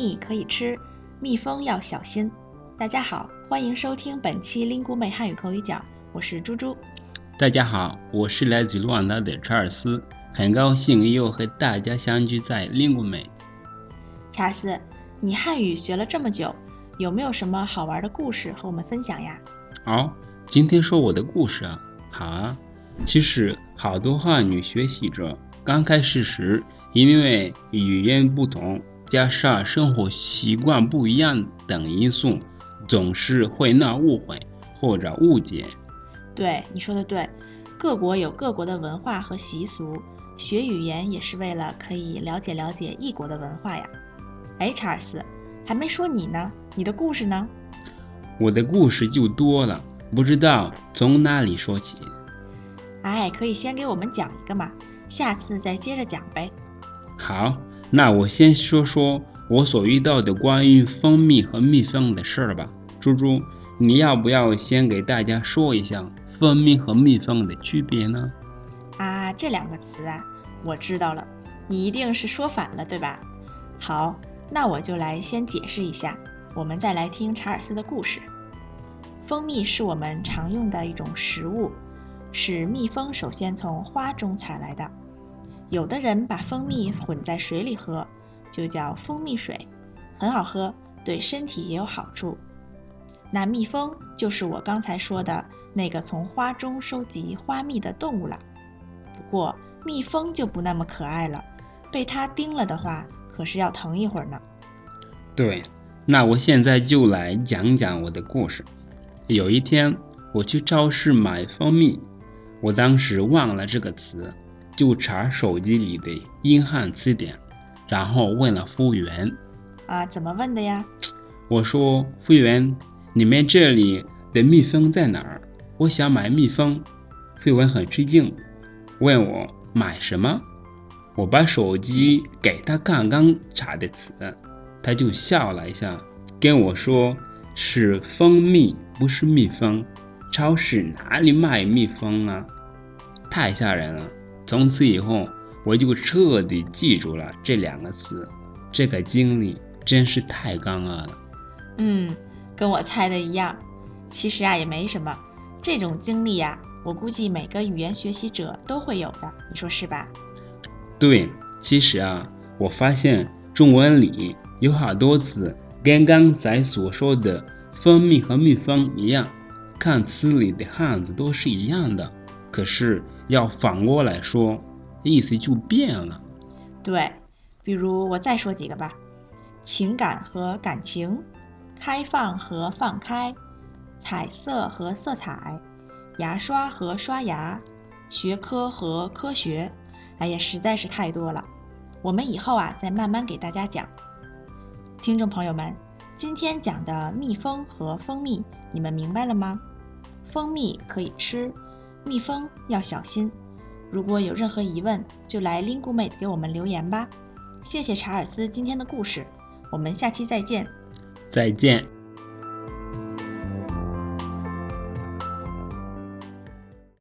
蜜可以吃，蜜蜂要小心。大家好，欢迎收听本期林谷美汉语口语角，我是猪猪。 大家好，我是来自卢旺达的查尔斯，很高兴又和大家相聚在林谷美。 查尔斯，你汉语学了这么久，有没有什么好玩的故事和我们分享呀？ 今天说我的故事啊。好啊，其实好多汉语学习者刚开始时，因为语言不同，加上生活习惯不一样等因素，总是会闹误会或者误解。 对，你说的对，各国有各国的文化和习俗，学语言也是为了可以了解异国的文化呀。查尔斯，还没说你呢，你的故事呢？ 我的故事就多了，不知道从哪里说起。 可以先给我们讲一个嘛，下次再接着讲呗。 好，那我先说说我所遇到的关于蜂蜜和蜜蜂的事儿吧。猪猪，你要不要先给大家说一下蜂蜜和蜜蜂的区别呢？ 这两个词我知道了，你一定是说反了，对吧？好，那我就来先解释一下，我们再来听查尔斯的故事。蜂蜜是我们常用的一种食物，是蜜蜂首先从花中采来的。有的人把蜂蜜混在水里喝，就叫蜂蜜水，很好喝，对身体也有好处。那蜜蜂就是我刚才说的那个从花中收集花蜜的动物了。不过蜜蜂就不那么可爱了，被它叮了的话，可是要疼一会儿呢。 对，那我现在就来讲讲我的故事。有一天，我去超市买蜂蜜，我当时忘了这个词，就查手机里的英汉词典，然后问了服务员。 怎么问的呀？ 我说，服务员，你们这里的蜜蜂在哪儿？我想买蜜蜂。服务员很吃惊，问我买什么？我把手机给他刚刚查的词，他就笑了一下，跟我说是蜂蜜，不是蜜蜂。超市哪里卖蜜蜂啊？太吓人了。从此以后，我就彻底记住了这两个词。这个经历真是太尴尬了。 跟我猜的一样。其实也没什么，这种经历我估计每个语言学习者都会有的，你说是吧？ 对，其实我发现中文里有好多词跟刚才所说的蜂蜜和蜜蜂一样，看词里的汉字都是一样的，可是要反过来说，意思就变了。 对，比如我再说几个吧，情感和感情，开放和放开，彩色和色彩，牙刷和刷牙，学科和科学。实在是太多了，我们以后再慢慢给大家讲。听众朋友们，今天讲的蜜蜂和蜂蜜，你们明白了吗？蜂蜜可以吃，蜜蜂要小心。如果有任何疑问，就来 Linguemate 给我们留言吧。谢谢查尔斯今天的故事，我们下期再见。 再见。